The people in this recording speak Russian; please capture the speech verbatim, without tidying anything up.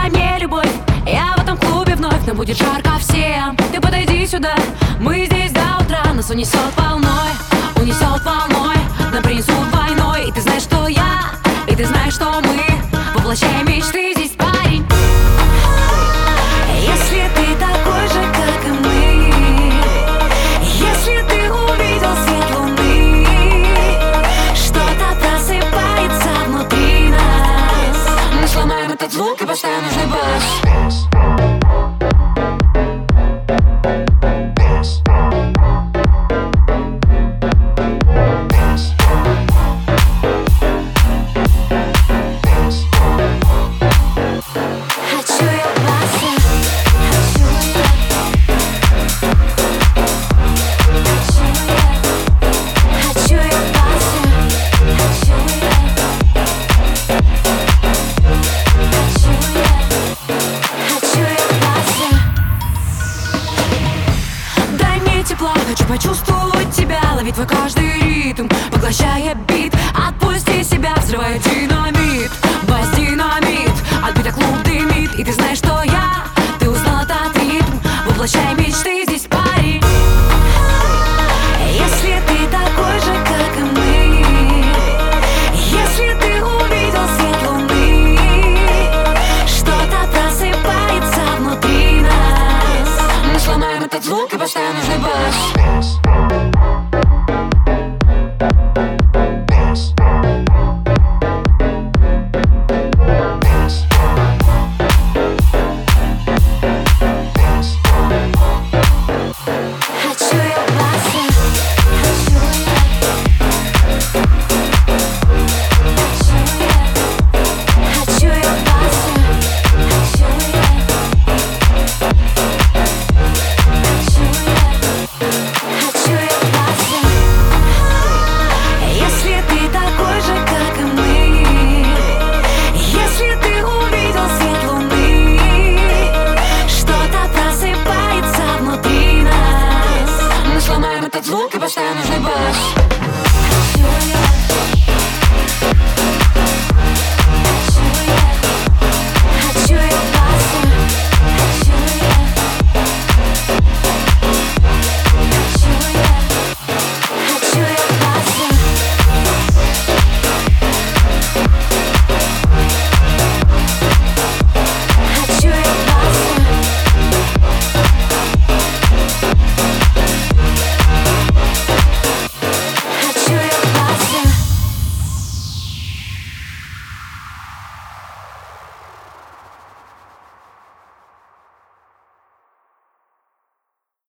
дай мне любовь, я в этом клубе вновь. Нам будет жарко всем, ты подойди сюда. Мы здесь до утра, нас унесет волной, унесет волной. Нам принесут войной, и ты знаешь, что я, и ты знаешь, что мы воплощаем мечты здесь, парень. Если ты такой же, как и мы, если ты увидел свет луны, что-то просыпается внутри нас. Мы сломаем этот звук и поставим нужный бас. Хочу почувствовать тебя, ловить твой каждый ритм, поглощая бит. Отпусти себя, взрывая динамит, бас динамит, отбитый клуб дымит, и ты знаешь,